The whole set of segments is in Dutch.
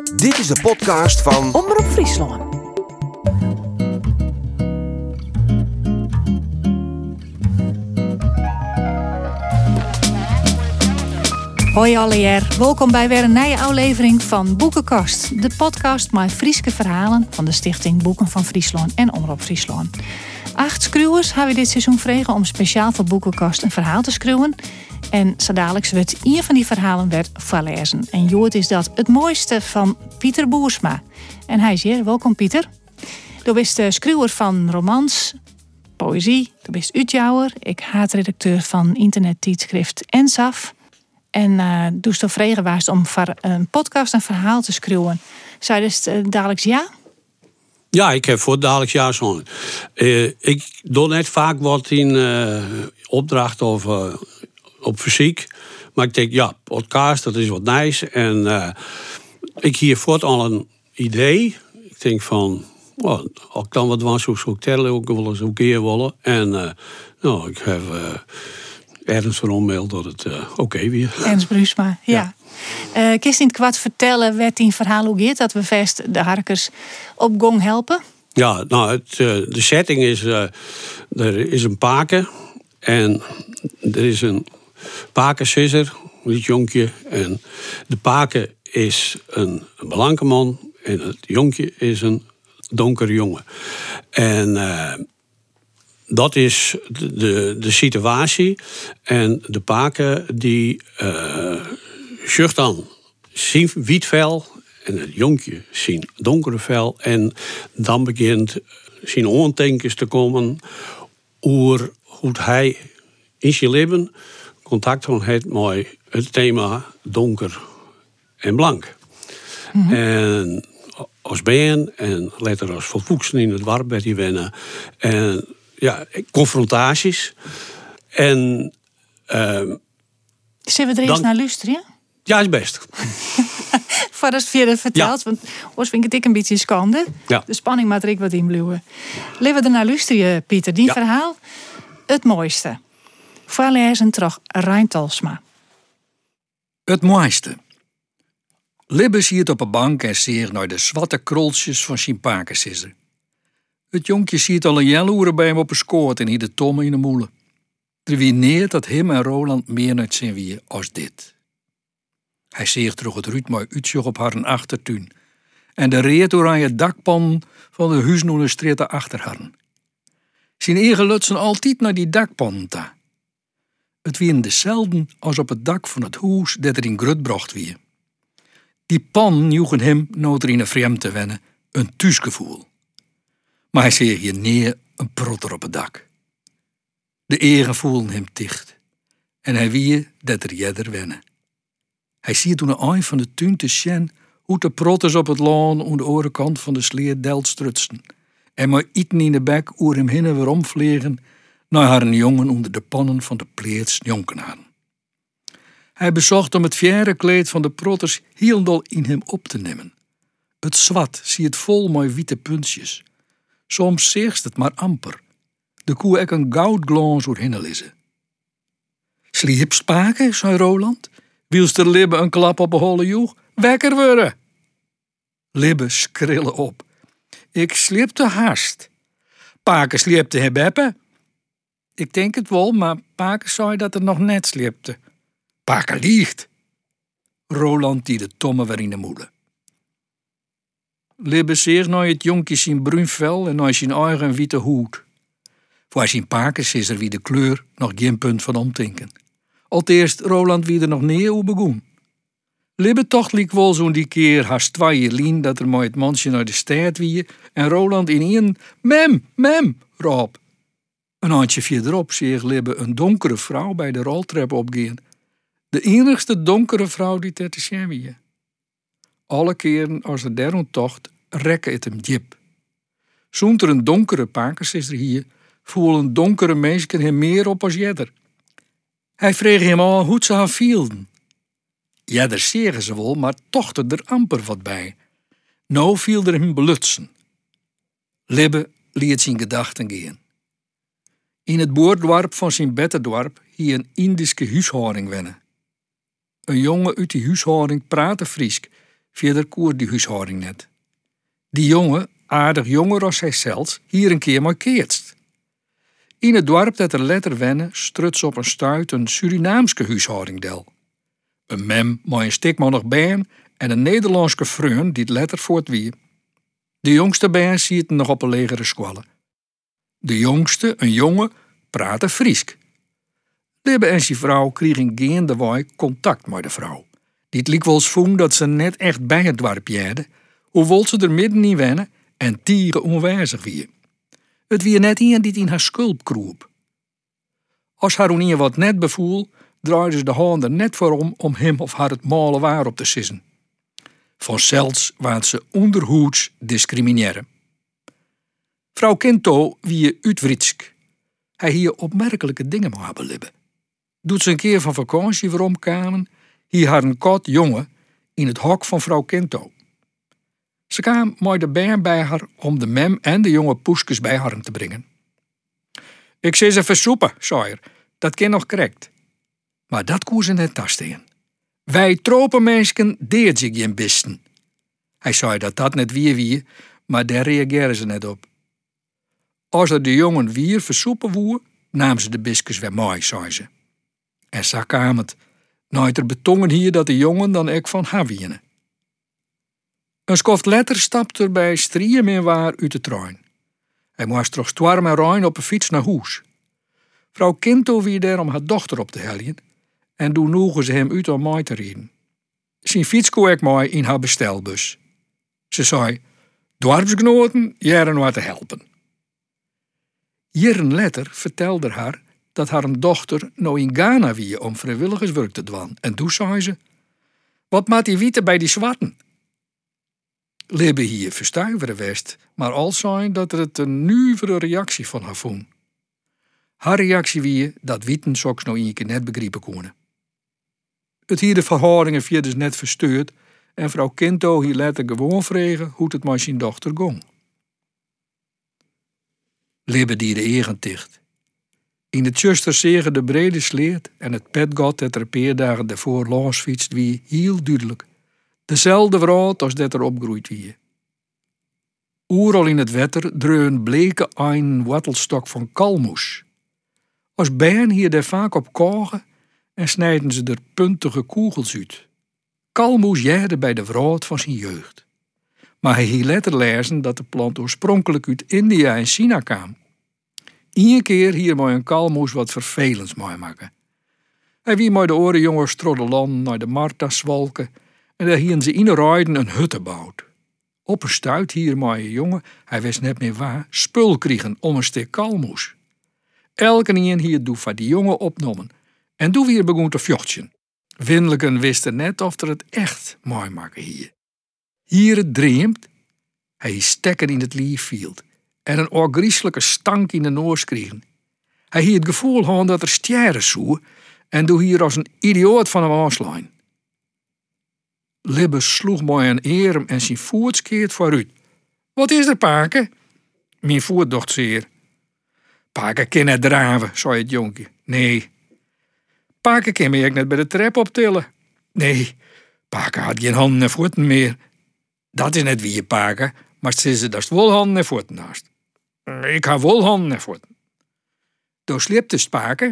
Dit is de podcast van Omroep Friesland. Hoi alleer, welkom bij weer een nieuwe aflevering van Boekenkast. De podcast met Frieske verhalen van de Stichting Boeken van Friesland en Omroep Friesland. 8 schrijvers hebben we dit seizoen vregen om speciaal voor Boekenkast een verhaal te schrijven. En zo dadelijk werd een van die verhalen werd voorlezen. En Jood is dat het mooiste van Pieter Boersma. En hij is hier. Welkom Pieter. Du bent de schrijver van romans, poëzie. Du bent uitjouwer. Ik haatredacteur van internettijdschrift Ensaf. En toen je vregen was om voor een podcast een verhaal te schrijven. Zou je dus dadelijk ja? Ja, ik heb voor dadelijk ja zo'n. Ik doe net vaak wat in opdracht of op fysiek. Maar ik denk, ja, podcast, dat is wat nice. En ik hier voort al een idee. Ik denk van, als ik dan wat was, zou ik tellen ook wel eens een keer willen. En ik heb ergens van onmail dat het oké weer. Ernst Bruusma, ja. Kun je in het kwart vertellen wat die verhaal hoe gaat, dat we vast de harkers op gong helpen? Ja, nou, de setting is, er is een paken en er is een pakensisser, dit jonkje. En de paken is een blanke man en het jonkje is een donkere jongen. En dat is de situatie. En de paken die zucht dan zien wit vel en het jonkje zien donkere vel. En dan begint zijn ondenkens te komen over hoe hij in zijn leven contact heeft met het thema donker en blank. Mm-hmm. En als ben en later als volvoeksen in het dorp werd hij wennen. En ja, confrontaties. En zullen we er eens naar luisteren? Ja, is best. Voordat je het vertelt, want anders vind ik het een beetje schande. Ja. De spanning maakt er ik wat inbluwen. Laten we er naar luisteren, Pieter. Die verhaal, het mooiste. Voorlezen terug, Rijn Talsma. Het mooiste. Libbe ziet op een bank en zeer naar de zwarte kroltjes van zijn pakensisser. Het jonkje ziet al een jaloeren bij hem op een skoot en hier de tomme in de moelen. Er wie neer dat hem en Roland meer net zijn wie als dit. Hij zeegt terug het ruut mooi uitzicht op haar achtertuin en de reet oranje dakpan van de huisnoenerstreet achter haar. Zijn eigen lutsen altijd naar die dakpan ta. Het wien dezelfde als op het dak van het huis dat er in Grut bracht wie. Die pan joegen hem nood er in een vreemd te wennen een thuisgevoel. Maar hij zeeg je neer een protter op het dak. De eren voelden hem dicht en hij wie dat er jeder wennen. Hij ziet toen een eind van de tuin te zien hoe de protters op het laan aan de andere kant van de sleer delt strutsen. En maar eten in de bek oer hem heen en weer omvliegen naar haar een jongen onder de pannen van de pleets jonken hadden. Hij bezocht om het fjerde kleed van de protters hielendal in hem op te nemen. Het zwart zie het vol met witte puntjes. Soms zeegst het maar amper. De koe ek een goudglans doorheen lezen. Sliep spaken, zei Roland. Wielst er Libbe een klap op een holle joeg? Wekker worden! Libbe skrillen op. Ik sliep te haast. Paken sliepte hem beppe. Ik denk het wel, maar Paken zei dat er nog net slipte. Paken liegt. Roland die de tomme weer in de moelen. Libbe zeer naar het jonkje zijn bruin vel en naar zijn eigen witte hoed. Voor zijn pakens is er wie de kleur nog geen punt van omdenken. Allereerst Roland wie er nog neer hoe begon. Libbe tocht liek wel zo'n die keer haast 2 lien dat er maar het mansje naar de stad wie en Roland in een mem, roep. Een handje verderop zie Libbe een donkere vrouw bij de roltrap opgaan. De enigste donkere vrouw die ter te zien wie. Alle keren als er daarom tocht, rekken het hem diep. Zonder een donkere pakers is er hier, voelen donkere mensen hem meer op als jedder. Hij vreeg hem al hoe ze haar vielen. Jedder zeggen ze wel, maar tochten er amper wat bij. Nou viel er hem belutsen. Libbe liet zijn gedachten gaan. In het boordorp van zijn bettendorp hier een Indische huishouding wennen. Een jongen uit die huishouding praatte Friesk, Verder koer die huishouding net. Die jongen, aardig jonger als hij zelfs, hier een keer markeertst. In het dorp dat er letter wennen, struts op een stuit een Surinaamske huishouding del. Een mem met een stikmannig been en een Nederlandse vreun die het letter voort wie. De jongste been ziet nog op een legere squallen. De jongste, een jongen, praatte Friesk. Libbe en zijn vrouw kregen gaandeweg contact met de vrouw. Die het liek wel eens voelen dat ze net echt bij het dorp jaren, hoewel ze er midden in wennen en tieren onwijzig wie. Het wie net iemand die in haar schulp kroep. Als haar een wat net bevoel, draaide ze de hand er net voor om hem of haar het male waar op te sissen. Vanzelfs waard ze onderhoeds discrimineren. Vrouw Kinto wie Utwritsk. Hij hier opmerkelijke dingen moet hebben libben. Doet ze een keer van vakantie weer omkamen, hier haar een kot jongen in het hok van vrouw Kinto. Ze kwam met de bern bij haar om de mem en de jonge poeskes bij haar te brengen. Ik zei ze versoepen, zei er. Dat kan nog correct. Maar dat koe ze net tasten. Wij tropenmensen deed zich geen bisten. Hij zei dat net wie, maar daar reageerden ze net op. Als er de jongen weer versoepen woe, namen ze de biskes weer mooi, zei ze. En zo kwam het. Nooit er betongen hier dat de jongen dan ik van haar wiene. Een skoft letter stapte er bij strieën in waar uit de trein. Hij moest toch storm en rein op een fiets naar huis. Vrouw Kinto wie daar om haar dochter op te heljen en toen noegen ze hem uit om mij te rijden. Zijn fiets koe ik mooi in haar bestelbus. Ze zei, dorpsgenoten, jaren wat te helpen. Hier een letter vertelde haar dat haar een dochter nou in Ghana wie om vrijwilligerswerk te doen. En toen zei ze, wat maakt die wieten bij die zwarten? Libbe hier verstuiveren west, maar al zijn dat er het een nuivere reactie van haar vond. Haar reactie wie dat wieten soks nou een keer net begrijpen konden. Het hier de verhoudingen via dus net versteurd en vrouw Kinto hier later gewoon vregen hoe het met zijn dochter ging. Libbe die de egen ticht. In de tjuster zegen de brede sleert en het petgot dat er een paar dagen daarvoor langsfietst wie heel duidelijk. Dezelfde vrouw als dat er opgroeid wie. Oeral in het wetter dreun bleke een wattelstok van kalmoes. Als bijen hier daar vaak op kogen en snijden ze er puntige kogels uit. Kalmoes jerde bij de vrouw van zijn jeugd. Maar hij hier later lezen dat de plant oorspronkelijk uit India en China kwam. Eén keer hier moet een kalmoes wat vervelends mooi maken. Hij wie met de orenjongens stroddelan naar de Marta-zwalken en daar hien ze in rijden een hut bouwt. Op een stuit hier moet een jongen, hij wist net meer waar, spul kregen om een stuk kalmoes. Elke een hier doe van die jongen opnomen en doe weer begon te fjochtjen. Windelijken wisten net of er het echt mooi maken hier. Hier het dreemt, hij is stekken in het lief field en een orgrieselijke stank in de noors kregen. Hij had het gevoel had dat er stjeren zoe en doe hier als een idioot van hem aanslaan. Libbe sloeg mij een erem en zijn voet skeert vooruit. Wat is er, Pake? Mijn voet docht zeer. Pake kan net draven, zei het jonkje. Nee. Pake kan me net bij de trap optillen. Nee, Pake had geen handen en voeten meer. Dat is net wie je, Pake, maar ze dat is wel handen en voeten naast. Ik heb wel handen en voeten. Toen sliep de Pake.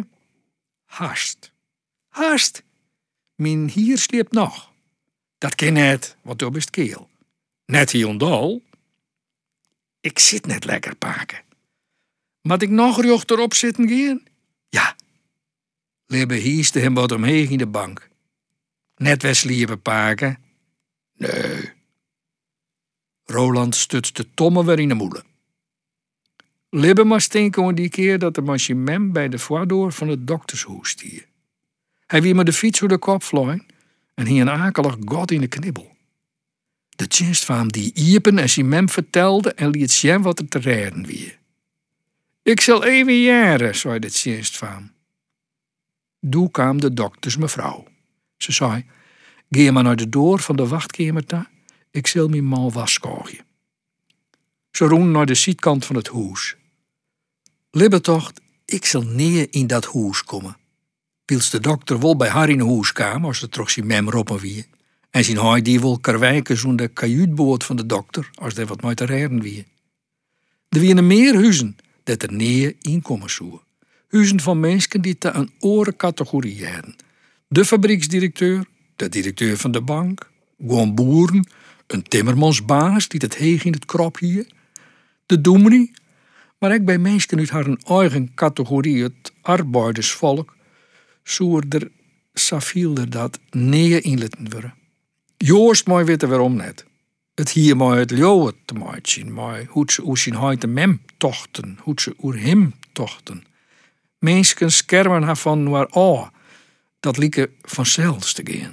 Haast. Mijn hier sliep nog. Dat kan net, want toen bist keel. Net hier ondal. Ik zit net lekker, Pake. Moet ik nog recht erop zitten gaan? Ja. Libbe hieste hem wat omheen in de bank. Net wesliepen, Pake. Nee. Roland stutste Tomme weer in de moelen. Libbe maar stinken die keer dat de machine bij de voordeur van het doktershoes stier. Hij wie me de fiets door de kop vloeien en hier een akelig god in de knibbel. De tjenstvaam die iepen en zijn mem vertelde en liet zien wat er te redden wie. Ik zal even jaren, zei de tjenstvaam. Toen kwam de doktersmevrouw. Ze zei, ga maar naar de deur van de wachtkamer toe, ik zal mijn mal waskoogje. Ze roen naar de zijkant van het huis. Libbe tocht, ik zal neer in dat huis komen. Wils de dokter wel bij haar in huis kwam, als de toch zijn mem roppen wie. En zijn hij die wil karwijken zo'n de kajuutboot van de dokter, als er wat mee te redden wie. Er wienen meer huizen dat er neer inkomen zoeken. Huizen van mensen die te een oren categorie hebben. De fabrieksdirecteur, de directeur van de bank, gewoon boeren, een timmermansbaas die het heeg in het krop hier, de dominee, maar ook bij mensen uit haar eigen categorie, het arbeidersvolk, zou er safielder dat neer inletten worden. Joost mooi weten waarom net. Het hier mooi het leeuwen te maken, maar hoe ze oer zijn huid de mem tochten, hoe ze oer hem tochten. Mensen schermen haar van waar dat lieke vanzelfs te gaan.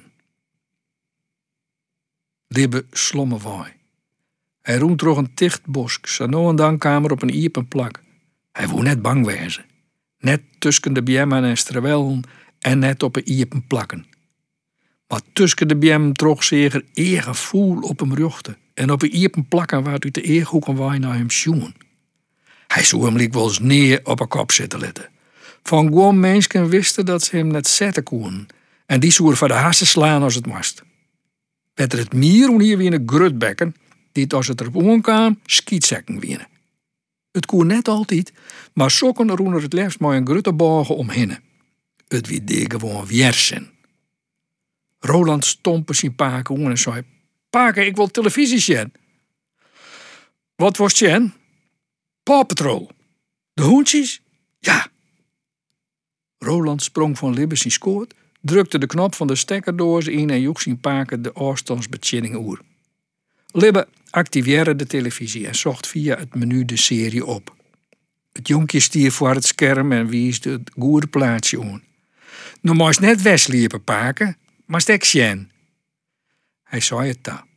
Libbe slomme waai. Hij roemt door een dicht bosk, zo nou en dan kamer op een iepen plak. Hij wou net bang wezen. Net tussen de bjemmen en strawellen en net op een iepen plakken. Maar tussen de bjemmen trok zeker eigen voel op hem ruchten. En op een iepen plakken waar uit de eerhoeken waai naar hem sjoen. Hij zou hem liek wel eens neer op een kop zitten letten. Van gewoon mensen wisten dat ze hem net zetten konden. En die zou er voor de hassen slaan als het mast. Werd er het meer om hier weer een grutbekken, die het als het erop aankwam, schietzekken wienen. Het koen net altijd, maar sokken roener het liefst maar een gruttebogen omhinnen. Het wie deed gewoon wiersen. Roland stompte zijn paken en zei: "Paken, ik wil televisie zien." "Wat was het? Paw Patrol. De hoentjes?" "Ja." Roland sprong van Libbe zijn skoot, drukte de knop van de stekkerdoos in en joeg zijn paken de afstandsbediening oer. Libbe activeerde de televisie en zocht via het menu de serie op. Het jonkje stier voor het scherm en wiesde het goede plaatsje aan. "Nou moest net wesliepen, paken, maar stek zien." Hij zei het daar.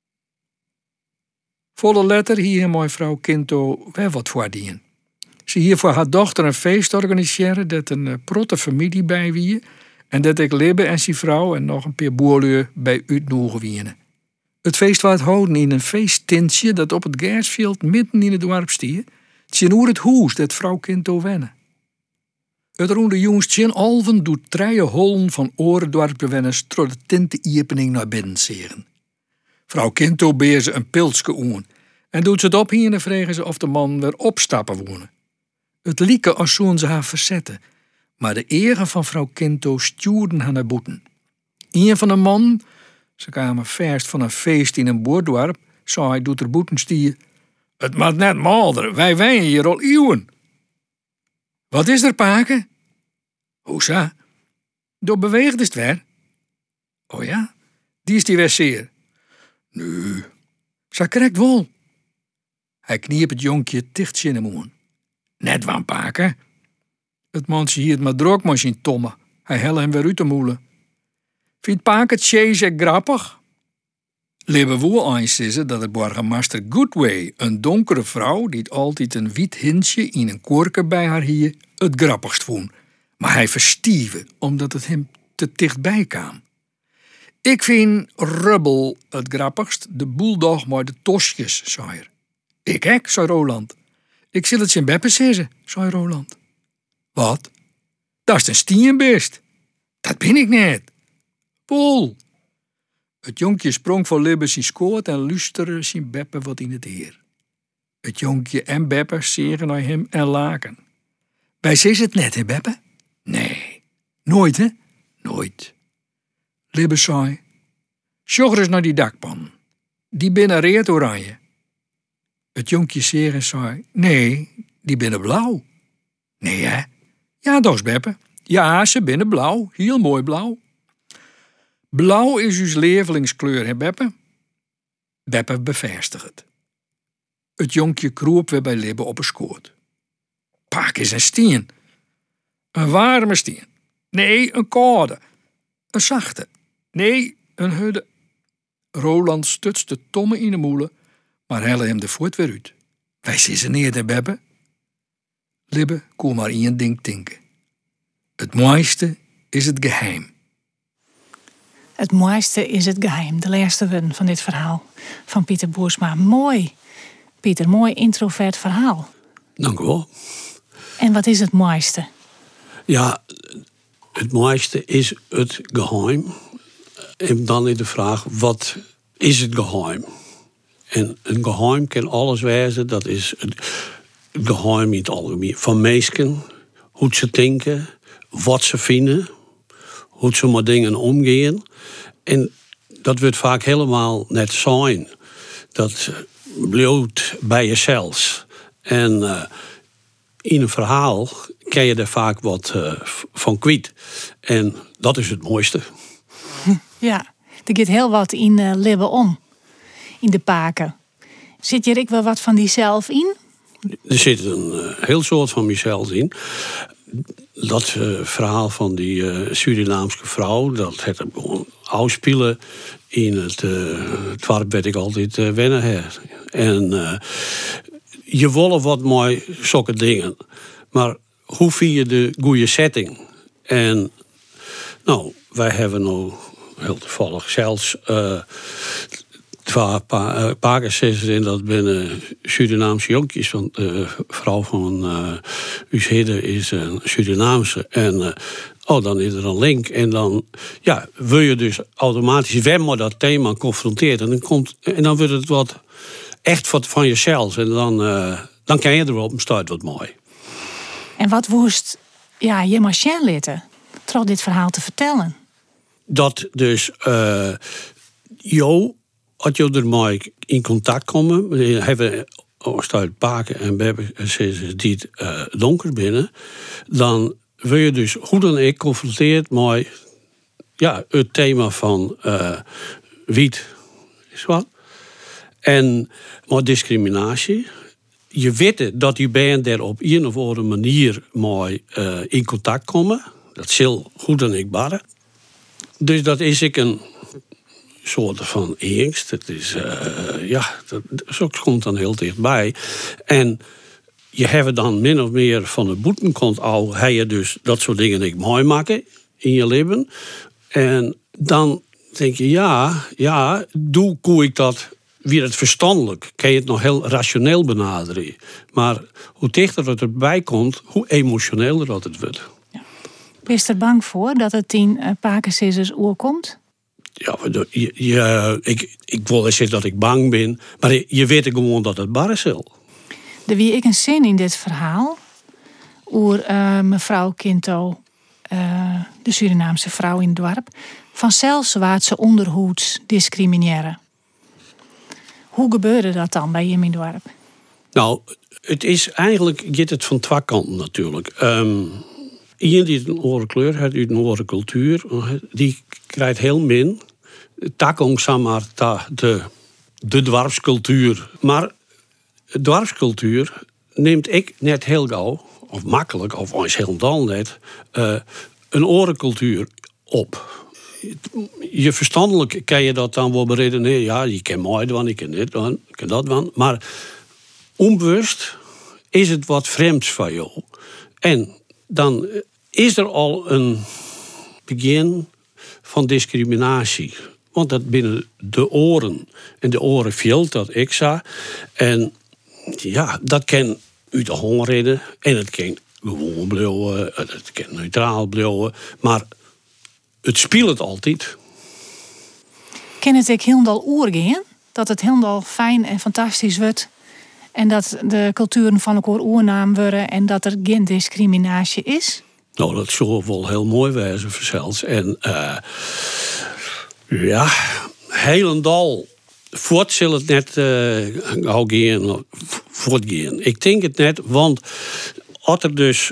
Volle letter hier mijn vrouw Kinto wel wat voor dien. Ze hier voor haar dochter een feest organiseren dat een protte familie bij wie en dat ik Libbe en zijn vrouw en nog een paar boerlui bij uitnodigen wienen. Het feest werd houden in een feesttintje dat op het Gersveld midden in het dorp stier, tjenoer het hoes dat vrouw Kinto wennen. Het roende jongens tjen alven doet treien hollen van orendorpbewenners door de tinteniepening naar binnen zeren. Vrouw Kinto beer ze een pilske aan en doet ze het op hier en vregen ze of de man weer opstappen wonen. Het lieke als zoen ze haar verzetten, maar de eren van vrouw Kinto stuurden haar naar boeten. Een van de man, ze kwamen verst van een feest in een boerdorp, zei hij doet er boeten stier: "Het maakt net malder, wij wijnen hier al eeuwen." "Wat is er, paken?" "Hoesa? Door beweegt is het weer." "Oh ja, die is die weer zeer." "Nu, ze krijgt wel." Hij kniep het jonkje dicht in hem aan. "Net waan, paken." Het mansje hier het maar drok maar zijn tomme. Hij helle hem weer uit de moelen. "Vindt paken het cheese grappig?" Libbe woe einsissen dat het burgemeester Goodway, een donkere vrouw die het altijd een wit hintje in een korker bij haar hier, het grappigst vond. Maar hij verstieven omdat het hem te dichtbij kwam. "Ik vind Rubbel het grappigst, de boeldog maar de tosjes," zei hij. "Ik hek," zei Roland. "Ik zal het zijn beppen zeggen," zei Roland. "Wat? Dat is een stienbeest." "Dat ben ik net." "Pol." Het jonkje sprong voor Libbe zijn skoot en luisterde zijn beppen wat in het eer. Het jonkje en beppen zegen naar hem en laken. "Wij zes het net, hè, beppen?" "Nee." "Nooit, hè?" "Nooit." Libbe zei: "Sjogger eens naar die dakpan. Die binnen reet oranje." Het jonkje zegen zei: "Nee, die binnen blauw." "Nee, hè?" "Ja, dat is beppen. Ja, ze binnen blauw. Heel mooi blauw." "Blauw is uw lievelingskleur, hè, Beppe?" Beppe bevestigt het. Het jonkje kroop weer bij Libbe op een skoot. "Paak is een steen." "Een warme steen." "Nee, een koude." "Een zachte." "Nee, een hudde." Roland stutste tomme in de moelen, maar helle hem de voet weer uit. "Wij zitten neer, hè, Beppe?" Libbe kon maar één ding tinken. Het mooiste is het geheim. Het mooiste is het geheim, de laatste woorden van dit verhaal van Pieter Boersma. Mooi, Pieter, mooi introvert verhaal. Dank u wel. En wat is het mooiste? Ja, het mooiste is het geheim. En dan is de vraag, wat is het geheim? En een geheim kan alles wezen. Dat is het geheim in het algemeen. Van mensen, hoe ze denken, wat ze vinden, hoe ze met dingen omgaan. En dat wordt vaak helemaal net zijn. Dat blijft bij jezelf. En in een verhaal kan je er vaak wat van kwijt. En dat is het mooiste. Ja, er gaat heel wat in Libbe om. In de paken. Zit je er ook wel wat van diezelf in? Er zit een heel soort van mezelf in. Dat verhaal van die Surinaamse vrouw, dat het gewoon afspelen in het dorp werd ik altijd wennen her. En je wil wat mooi zulke dingen. Maar hoe vind je de goede setting? En nou, wij hebben nu heel toevallig zelfs twee pakenzissers en dat binnen Surinaamse jonkjes. Want de vrouw van uw hidden is een Surinaamse. En dan is er een link. En dan wil je dus automatisch weer met dat thema confronteerd. En dan wordt het wat echt wat van jezelf. En dan kan je erop en staat wat mooi. En wat woest je machine litten trouw dit verhaal te vertellen? Dat dus als je ermee in contact komen, we hebben uit Paken en Bebbe die het donker binnen, dan wil je dus hoe dan ik confronteerd met het thema van wiet is wat. En met discriminatie. Je weet dat die band er op een of andere manier mee in contact komen. Dat zal goed dan ik barren. Dus dat is ik een soort van angst. Het is, dat komt dan heel dichtbij. En je hebt dan min of meer van de boetenkant al, heb je dus dat soort dingen ik mooi maken in je leven. En dan denk je, doe ik dat weer het verstandelijk. Kan je het nog heel rationeel benaderen. Maar hoe dichter het erbij komt, hoe emotioneler dat het wordt. Ja. Ben je er bang voor dat het 10 pakenzissers oorkomt? Ja, ik wil eens zeggen dat ik bang ben. Maar je weet gewoon dat het barren zal. Er wie ik een zin in dit verhaal. Oer mevrouw Kinto, de Surinaamse vrouw in het dorp. Vanzelfs waard ze onderhoeds discrimineren. Hoe gebeurde dat dan bij je in het dorp? Nou, het is eigenlijk, gaat het van twee kanten natuurlijk. Iemand die een andere kleur heeft, uit een andere cultuur, die krijgt heel min takking samen de dwarfscultuur. Maar de dwarfscultuur neemt ik net heel gauw, of makkelijk, of eens helemaal net, een orencultuur op. Je verstandelijk kan je dat dan wel beredeneren. Ja, je kan mooi doen, ik kan dit doen, ik kan dat doen. Maar onbewust is het wat vreemds van jou. En dan is er al een begin van discriminatie. Want dat binnen de oren. En de oren viel dat ik zag. En dat kan uit de honger redden. En het kan gewoon blijven. Het kan neutraal blijven. Maar het speelt altijd. Kan het ook helemaal oergaan? Dat het helemaal fijn en fantastisch wordt. En dat de culturen van elkaar oernaam worden. En dat er geen discriminatie is? Nou, dat zou wel heel mooi wezen zelfs. En helemaal voort zal het net voortgaan. Ik denk het net, want als er dus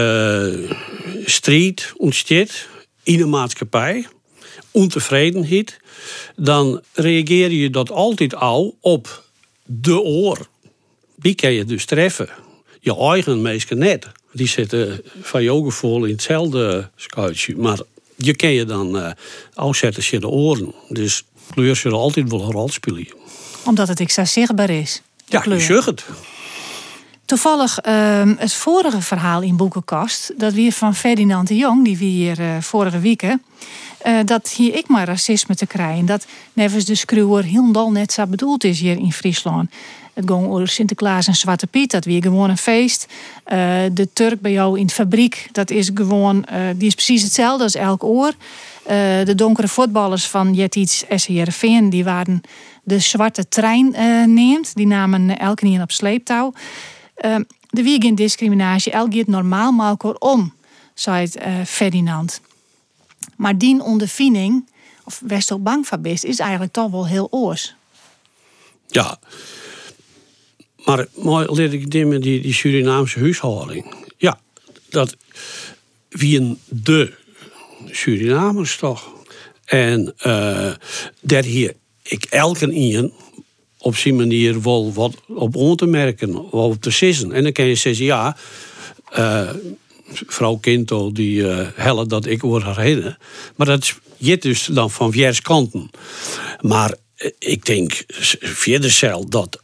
strijd ontstaat in de maatschappij, ontevredenheid, dan reageer je dat altijd al op de oor. Die kan je dus treffen. Je eigen mensen net. Die zitten van jouw gevoel in hetzelfde schuitje. Maar je kan je dan afzetten je de oren. Dus kleur zullen altijd wel een rol spelen. Omdat het extra zichtbaar is. Ja, je zegt het. Toevallig het vorige verhaal in Boekenkast. Dat weer van Ferdinand de Jong. Die we hier vorige week. dat hier ik maar racisme te krijgen. Dat nevens de schreeuwer helemaal net zo bedoeld is hier in Friesland. Het ging over Sinterklaas en Zwarte Piet, dat weer gewoon een feest. De Turk bij jou in de fabriek, dat is gewoon, die is precies hetzelfde als elk oor. De donkere voetballers van Jetiets SCRV, die waren de zwarte trein neemt. Die namen elke keer op sleeptouw. De wie geen discriminatie, elk gaat normaal met elkaar om, zei Ferdinand. Maar die ondervinding, of Westel bang van best, is eigenlijk toch wel heel oors. Ja, maar leer ik dimmen die Surinaamse huishouding. Ja, dat wie de Surinamers toch. En daar hier ik elke ien op zijn manier wel wat op aan te merken, wel op te sissen. En dan kan je zeggen, ja, vrouw Kinto die helle dat ik word herinneren. Maar dat is dus dan van weerskanten. Maar ik denk verder zelf dat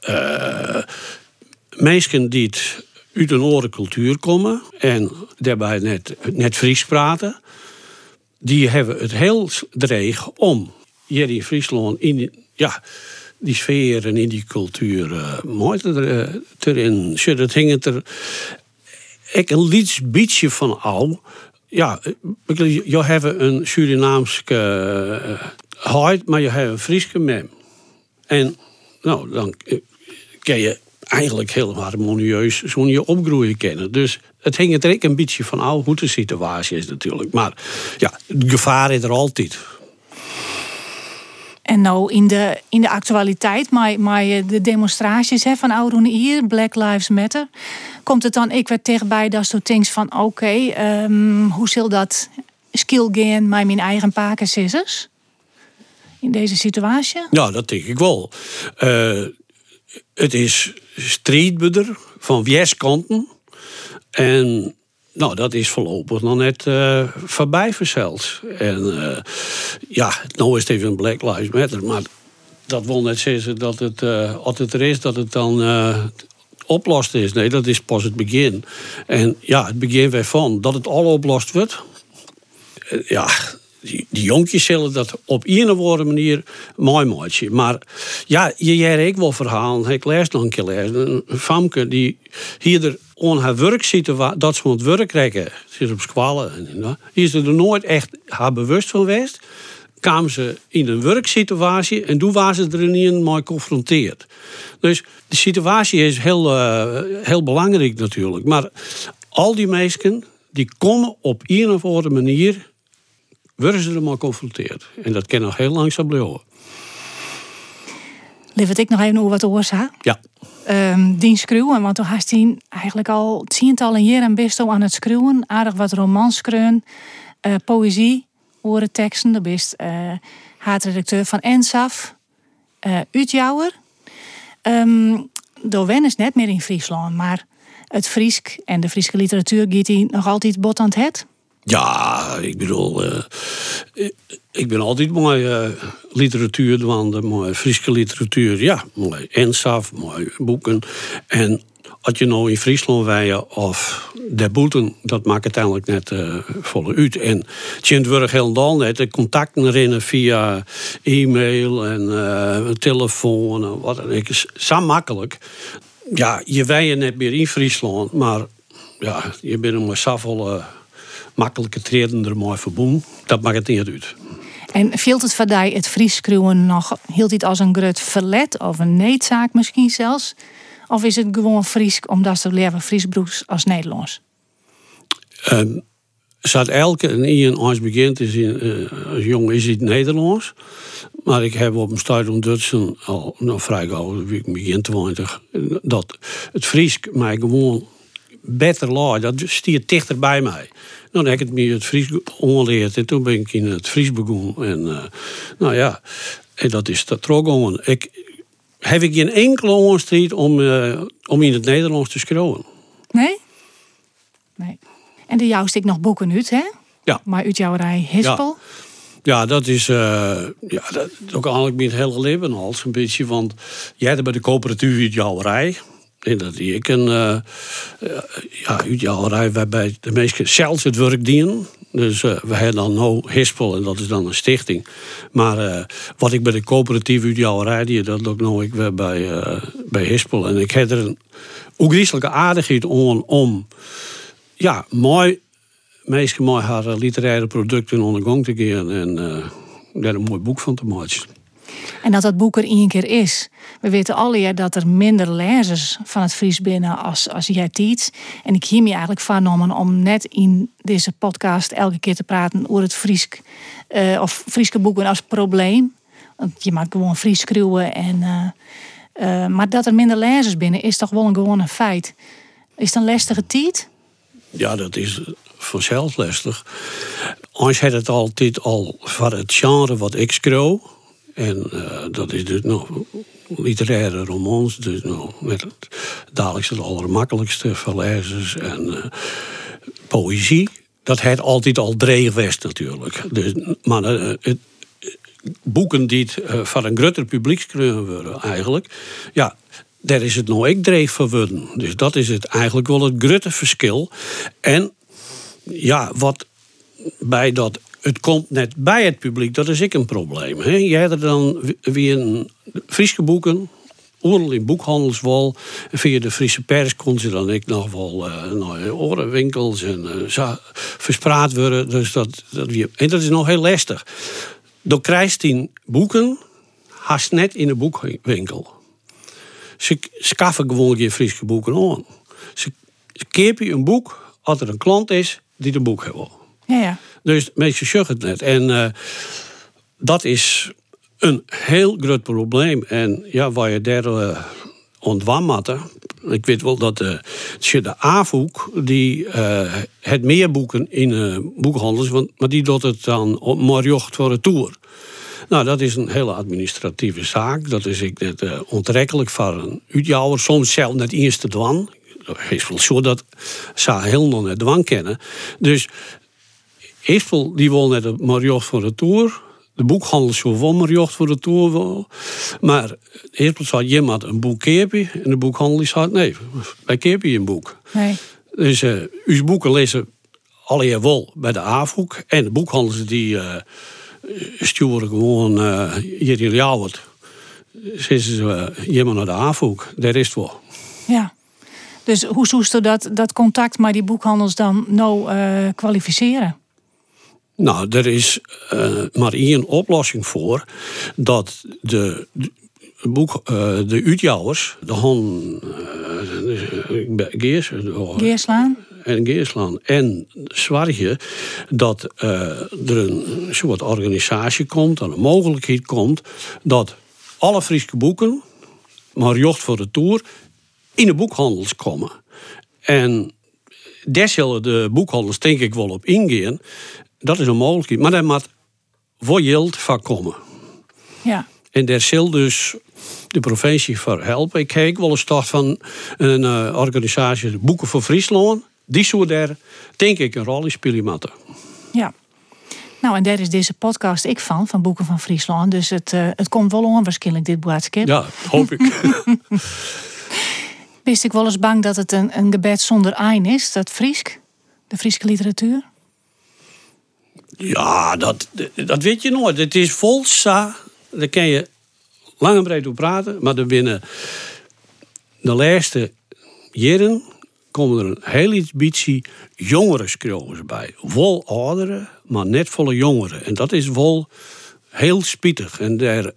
mensen die uit een andere cultuur komen en daarbij net Fries praten, die hebben het heel dreig om hier in Friesland in die sfeer en in die cultuur mooi erin. Dat hing er ik een liets beetje van al. Ja, je hebt een Surinaamse huid, maar je hebt een Frieske mem. En nou, dan kan je eigenlijk heel harmonieus zo'n je opgroeien kennen. Dus het hing er een beetje van al hoe de situatie is natuurlijk. Maar ja, het gevaar is er altijd. En nou in de actualiteit, maar de demonstraties van Oudoen hier, Black Lives Matter, komt het dan ik weer tegenbij dat soort dingen van oké, hoe zal dat skill gaan met mijn eigen pakensissers in deze situatie? Ja, dat denk ik wel. Het is strijdbeder van weerskanten. En nou, dat is voorlopig nog net voorbij verzeld. En nou is het even een Black Lives Matter. Maar dat wil net zeggen dat het, als het er is, dat het dan oplost is. Nee, dat is pas het begin. En ja, het begin weer van dat het al oplost wordt. Die jonkjes zullen dat op een of andere manier mooi maken. Maar ja, je hebt ook wel verhalen. Ik lees nog een keer lezen. Een famke die hier aan haar werksituatie, dat ze aan het werk krijgen, zit op squallen. Die is er nooit echt haar bewust van geweest. Kwamen ze in een werksituatie en toen waren ze er niet mee geconfronteerd. Dus de situatie is heel belangrijk natuurlijk. Maar al die mensen die komen op een of andere manier, worden ze er maar geconfronteerd. En dat kan nog heel langzaam blijven. Lieverd ik nog even over wat oorzaak? Ja. Die schreeuwen, want toen had hij eigenlijk al tientallen jaren best wel aan het schreeuwen. Aardig wat romans schreeuwen, poëzie, orenteksten. Dat is haatredacteur van NSAF, Utjouwer. Door wen is net meer in Friesland, maar het Friesk en de Friese literatuur gaat hij nog altijd bot aan het. Ja, ik bedoel, ik ben altijd mooi literatuur dwanden, mooi Friese literatuur, ja, mooi NSAF, mooi boeken. En als je nou in Friesland wijden of daarboeten, dat maakt uiteindelijk net volle uit. En het wordt helemaal net de contacten erin via e-mail en telefoon en wat dan ook. Is zo makkelijk. Ja, je wijden net meer in Friesland, maar ja, je bent een zoveel makkelijke treden er mooi verbonden. Dat maakt het niet uit. En viel het voor jou het Fries schreeuwen nog, hield het als een groot verlet of een needzaak misschien zelfs? Of is het gewoon Fries omdat ze leren Friesbroeks als Nederlands? Zat elke en iedereen als begint als jong is het Nederlands. Maar ik heb op een stadium Dutsen al vrij gauw, begin 20, dat het Fries mij gewoon beter laat. Dat stiert dichter bij mij. Nou, dan heb ik het meer het Fries ongeleerd en toen ben ik in het Fries begonnen. En en dat is dat gewoon. Heb ik geen enkele onstrijd om in het Nederlands te schreeuwen. Nee? Nee. En de jou stik nog boeken uit, hè? Ja. Maar uit jouw rij Hispel? Ja, dat is dat is ook eigenlijk mijn hele leven al een beetje. Want jij hebt bij de coöperatief uit jouw rij. En dat ik uitjouwerij waarbij de meesten zelfs het werk dienen. Dus we hebben dan nou Hispel en dat is dan een stichting. Maar wat ik bij de coöperatieve uitjouwerij die dat ook nou ik weer bij Hispel. En ik heb er een ongrijselijke aardigheid om meestal mooi haar literaire producten onder gang te gaan en daar een mooi boek van te maken. En dat boek er één keer is. We weten alle dat er minder lezers van het Fries binnen als jij tiet. En ik hier me eigenlijk vernomen om net in deze podcast elke keer te praten over het Friesk of Frieske boeken als probleem. Want je maakt gewoon Fries schreeuwen maar dat er minder lezers binnen is toch gewoon een feit. Is het een lastige tijd? Ja, dat is vanzelf lastig. Ons had het altijd al van het genre wat ik schreeuw. En dat is dus nog literaire romans. Dus nog met het dadelijk het allermakkelijkste van lezers. En poëzie. Dat had altijd al dreig geweest natuurlijk. Dus, maar boeken die van een groter publiek schreeuwen worden eigenlijk. Ja, daar is het nou ook dreig van worden. Dus dat is het eigenlijk wel het grote verschil. En ja, wat bij dat... Het komt net bij het publiek, dat is ik een probleem. Hè? Jij hebt er dan weer een Friese boeken, overal in boekhandelswal. En via de Friese pers kon ze dan ik nog wel naar orenwinkels en verspraat worden. Dus en dat is nog heel lastig. Dan krijg je boeken haast net in de boekwinkel. Ze schaffen gewoon geen Friese boeken aan. Ze kopen een boek als er een klant is die een boek heeft. Ja. Dus mensen zeggen het net. En dat is een heel groot probleem. En ja, waar je daar ontwam had. Ik weet wel dat de AVOEK die het meer boeken in boekhandels, maar die doet het dan op Marjocht voor de Tour. Nou, dat is een hele administratieve zaak. Dat is ik net onttrekkelijk voor een uitjouwer. Soms zelf net eerst te dwan. Het is wel zo dat ze heel nog net dwan kennen. Dus Hispel die wil net de Marjocht voor de Tour. De boekhandel zou wel Marjocht voor de Tour wil. Maar Hispel zei, je moet een boek kopen. En de boekhandel zei, nee, wij kopen een boek. Nee. Dus uw boeken lezen alle wel bij de AVOEK. En de boekhandels die sturen gewoon hier in Ljouwert. Zeggen ze, je moet naar de AVOEK. Daar is het wel. Ja. Dus hoe zoest u dat contact met die boekhandels dan nou kwalificeren? Nou, er is maar één oplossing voor. Dat de uitjouwers, de Geerslaan en Zwartje, dat er een soort organisatie komt, een mogelijkheid komt, dat alle Friese boeken, Marjocht voor de Tour, in de boekhandels komen. En daar zullen de boekhandels denk ik wel op ingaan. Dat is een mogelijkheid. Maar daar moet wel geld van komen. Ja. En daar zal dus de provincie voor helpen. Ik kijk wel eens toch van een organisatie, Boeken voor Friesland. Die zou daar, denk ik, een rol in spelen moeten. Ja. Nou, en daar is deze podcast ik van Boeken van Friesland. Dus het komt wel onwaarschijnlijk, dit boodschap. Ja, hoop ik. Wist ik wel eens bang dat het een gebed zonder eind is, dat Friesk? De Frieske literatuur? Ja, dat weet je nooit. Het is vol sa. Daar kan je lang en breed over praten. Maar er binnen de laatste jaren komen er een heel beetje jongere schrijvers bij. Wel ouderen, maar net volle jongeren. En dat is wel heel spietig. En daar...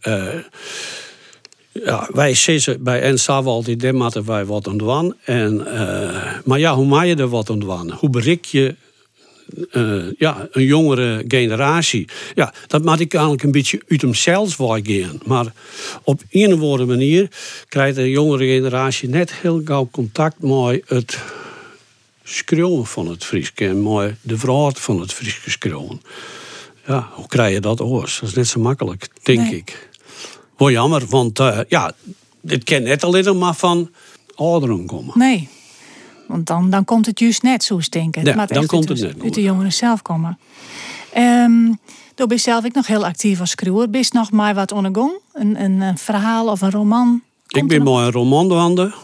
wij zeggen bij NSA altijd, daar moeten wij wat aan doen. Maar ja, hoe maak je er wat aan doen? Hoe bereik je een jongere generatie? Ja, dat moet ik eigenlijk een beetje uit hemzelf gaan. Maar op een of andere manier krijgt de jongere generatie net heel gauw contact met het schreeuwen van het Fries. En met de vraag van het Friese schreeuwen. Ja, hoe krijg je dat oors? Dat is net zo makkelijk, denk ik. Wel jammer, want dit kan net alleen maar van ouderen komen. Nee, want dan komt het juist net, zo denken. Ja, dan komt het net. Uit de jongeren zelf komen. Toen ben je zelf ook nog heel actief als schreeuwer. Ben je nog maar wat ondergang? Een verhaal of een roman? Ik ben maar een roman aan de.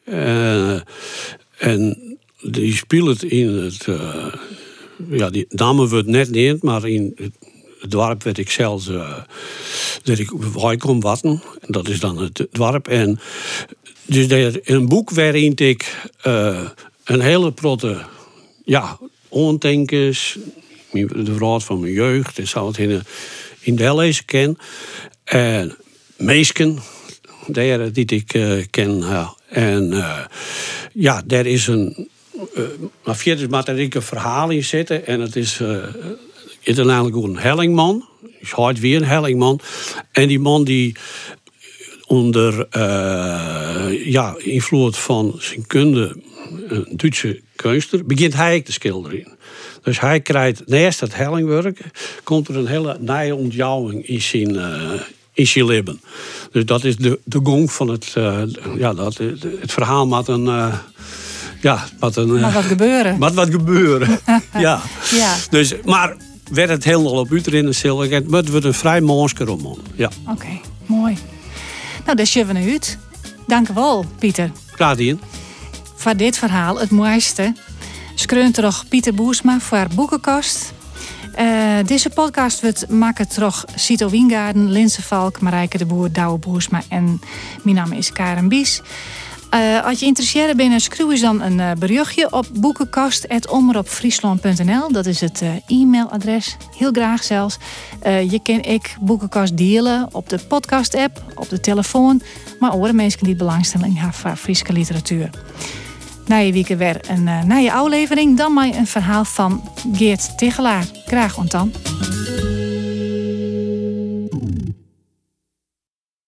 En die speelt in het... die namen wordt net niet, maar in het dorp werd ik zelfs... dat ik bij kon watten. Dat is dan het dorp. En dus er een boek waarin ik een hele protte... ondenkers... de verhaal van mijn jeugd. En zou het in de lezen ken. En meesken... die ik ken. En daar is een... maar verder moet er een verhaal in zitten. En het is eigenlijk ook een hellingman. Dus hij weer een hellingman. En die man die onder invloed van zijn kunde, een Duitse kunstenaar, begint hij te schilderen. Dus hij krijgt, naast het hellingwerk, komt er een hele nieuwe ontjouwing in zijn leven. Dus dat is de gong van het verhaal met een... maar wat gebeuren. Maar wat gebeuren. Ja. Dus, maar werd het helemaal op Utrecht en het wordt een vrij mooie roman. Ja. Oké, mooi. Nou, daar zien we nu uit. Dank u wel, Pieter. Graag gedaan. Voor dit verhaal, het mooiste. Schreeuwt toch Pieter Boersma voor Boekenkast. Deze podcast wordt maken door Cito Wijngaarden, Linse Valk, Marijke de Boer, Douwe Boersma en mijn naam is Karen Bies. Als je geïnteresseerd bent, schrijf eens dan een berichtje op boekenkast@omroepfriesland.nl. Dat is het e-mailadres. Heel graag zelfs. Je kan Boekenkast delen op de podcast-app, op de telefoon. Maar ook de mensen die belangstelling hebben voor Friese literatuur. Na je week weer een nieuwe aflevering. Dan maar een verhaal van Geert Tigelaar. Graag ontan.